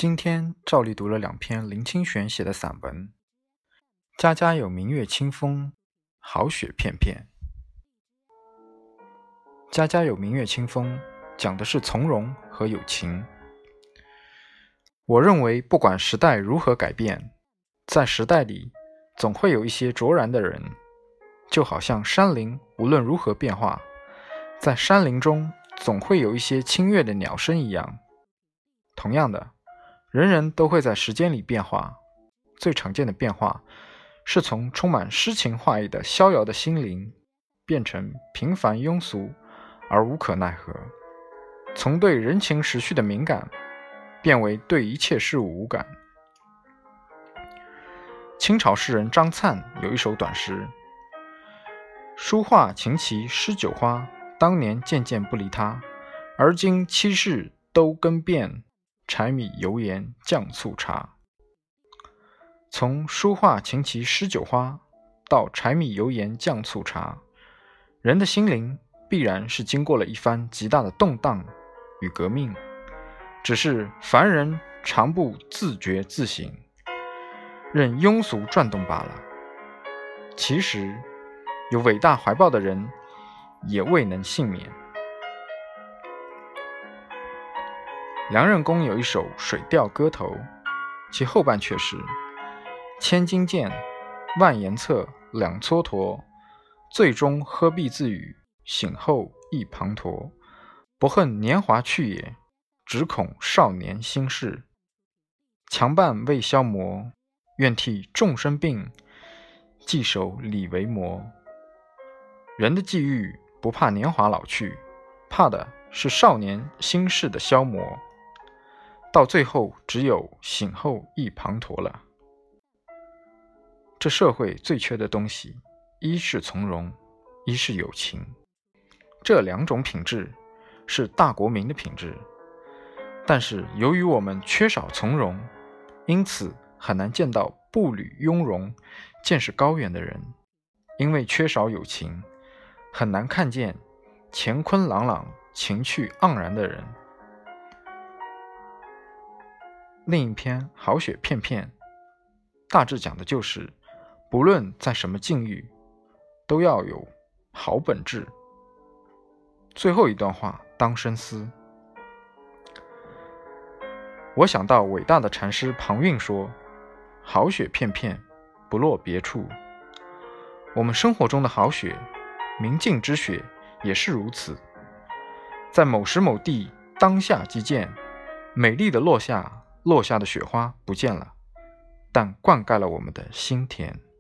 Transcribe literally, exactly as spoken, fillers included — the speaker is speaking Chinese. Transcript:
今天照例读了两篇林清玄写的散文，家家有明月清风，好雪片片。家家有明月清风讲的是从容和友情。我认为不管时代如何改变，在时代里总会有一些卓然的人，就好像山林无论如何变化，在山林中总会有一些清越的鸟声一样。同样的，人人都会在时间里变化，最常见的变化是从充满诗情画意的逍遥的心灵变成平凡庸俗而无可奈何，从对人情时序的敏感变为对一切事物无感。清朝诗人张粲有一首短诗：书画琴棋诗酒花，当年件件不离他，而今七事都更变，柴米油盐酱醋茶。从书画琴棋诗酒花到柴米油盐酱醋茶，人的心灵必然是经过了一番极大的动荡与革命，只是凡人常不自觉自省，任庸俗转动罢了。其实有伟大怀抱的人也未能幸免。梁任公有一首水调歌头，其后半阙是：千金剑，万言策，两蹉跎，最终何必自语，醒后亦滂沱。不恨年华去也，只恐少年心事。强半未消磨，愿替众生病，既守理为魔。人的际遇不怕年华老去，怕的是少年心事的消磨，到最后只有醒后亦滂沱了。这社会最缺的东西，一是从容，一是友情。这两种品质是大国民的品质，但是由于我们缺少从容，因此很难见到步履雍容、见识高远的人；因为缺少友情，很难看见乾坤朗朗、情趣盎然的人。另一篇《好雪片片》大致讲的就是，不论在什么境遇，都要有好本质。最后一段话当深思。我想到伟大的禅师庞蕴说：好雪片片，不落别处。我们生活中的好雪，明镜之雪也是如此，在某时某地当下即见，美丽的落下落下的雪花不见了，但灌溉了我们的心田。